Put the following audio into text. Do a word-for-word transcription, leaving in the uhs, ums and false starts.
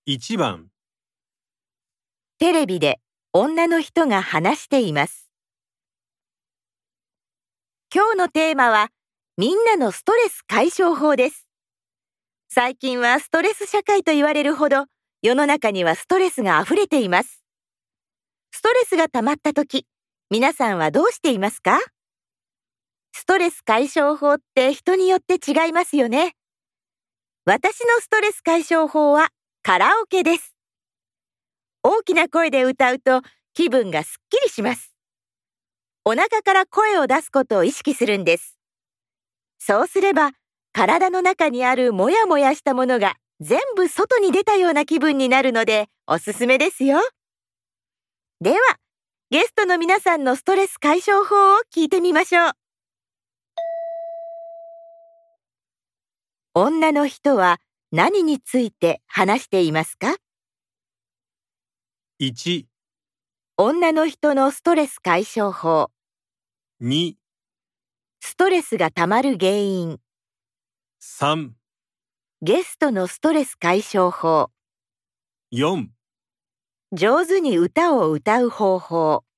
いちばん、 テレビで女の人が話しています。今日のテーマは、みんなのストレス解消法です。最近はストレス社会と言われるほど、世の中にはストレスがあふれています。ストレスが溜まったとき、皆さんはどうしていますか？ストレス解消法って人によって違いますよね。私のストレス解消法はカラオケです。大きな声で歌うと気分がすっきりします。お腹から声を出すことを意識するんです。そうすれば、体の中にあるモヤモヤしたものが全部外に出たような気分になるのでおすすめですよ。では、ゲストの皆さんのストレス解消法を聞いてみましょう。女の人は何について話していますか？ いち、 女の人のストレス解消法。 に、 ストレスがたまる原因。 さん、 ゲストのストレス解消法。 よん。 上手に歌を歌う方法。